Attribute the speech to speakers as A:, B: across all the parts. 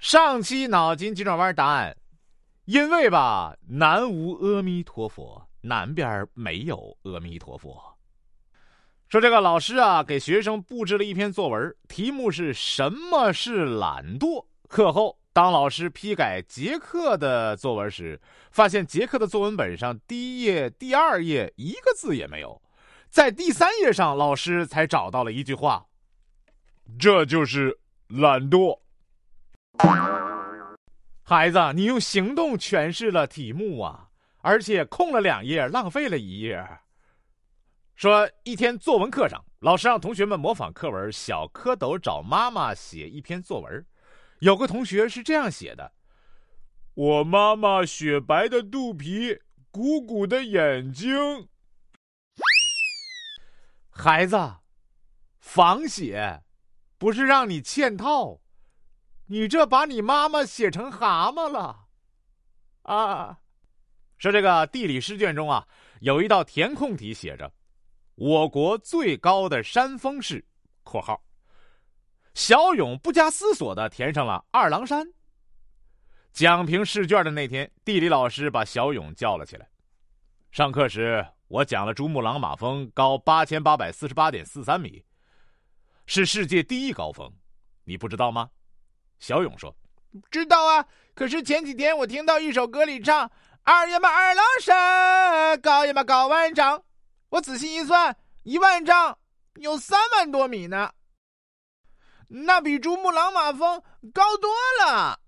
A: 上期脑筋急转弯答案，因为吧，南无阿弥陀佛，南边没有阿弥陀佛。说这个老师啊，给学生布置了一篇作文，题目是什么是懒惰。课后，当老师批改杰克的作文时，发现杰克的作文本上第一页、第二页一个字也没有，在第3页上，老师才找到了一句话：这就是懒惰。孩子，你用行动诠释了题目啊，而且空了2页，浪费了1页。说一天作文课上，老师让同学们模仿课文《小蝌蚪找妈妈》写一篇作文。有个同学是这样写的：我妈妈雪白的肚皮，鼓鼓的眼睛。孩子，仿写不是让你嵌套，你这把你妈妈写成蛤蟆了啊！说这个地理试卷中啊，有一道填空题写着我国最高的山峰是（括号）小勇不加思索地填上了二郎山。讲评试卷的那天，地理老师把小勇叫了起来。上课时，我讲了珠穆朗玛峰高8848.43米，是世界第1高峰，你不知道吗？小勇说：知道啊，可是前几天我听到一首歌里唱二呀嘛二郎山，高呀嘛高万丈，我仔细一算，1万丈有3万多米呢，那比珠穆朗玛峰高多了。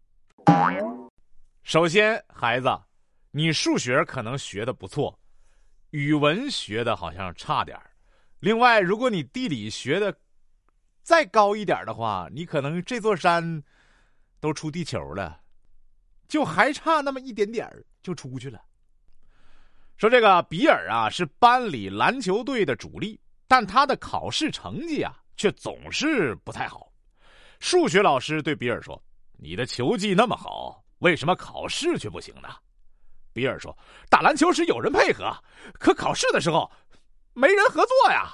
A: 首先，孩子，你数学可能学得不错，语文学的好像差点。另外，如果你地理学的再高一点的话，你可能这座山都出地球了，就还差那么一点点就出去了。说这个比尔啊是班里篮球队的主力，但他的考试成绩啊却总是不太好。数学老师对比尔说：你的球技那么好，为什么考试却不行呢？比尔说：打篮球时有人配合，可考试的时候没人合作呀。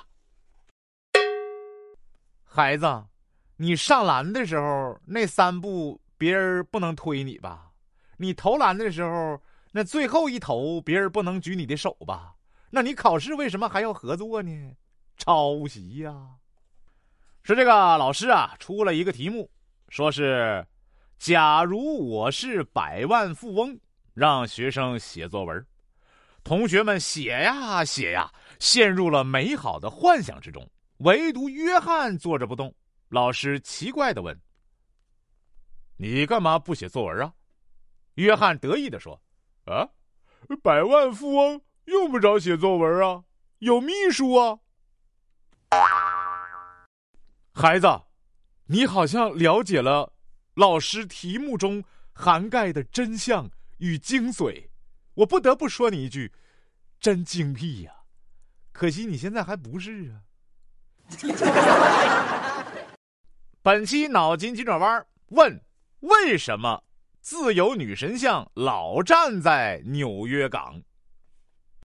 A: 孩子，你上篮的时候那3步别人不能推你吧？你投篮的时候那最后一投别人不能举你的手吧？那你考试为什么还要合作呢？抄袭呀！说这个老师啊出了一个题目，说是假如我是100万富翁，让学生写作文。同学们写呀写呀，陷入了美好的幻想之中，唯独约翰坐着不动。老师奇怪地问：你干嘛不写作文啊？约翰得意地说：啊，100万富翁用不着写作文啊，有秘书啊。孩子，你好像了解了老师题目中涵盖的真相与精髓，我不得不说你一句，真精辟呀！可惜你现在还不是啊。本期脑筋急转弯问：为什么自由女神像老站在纽约港？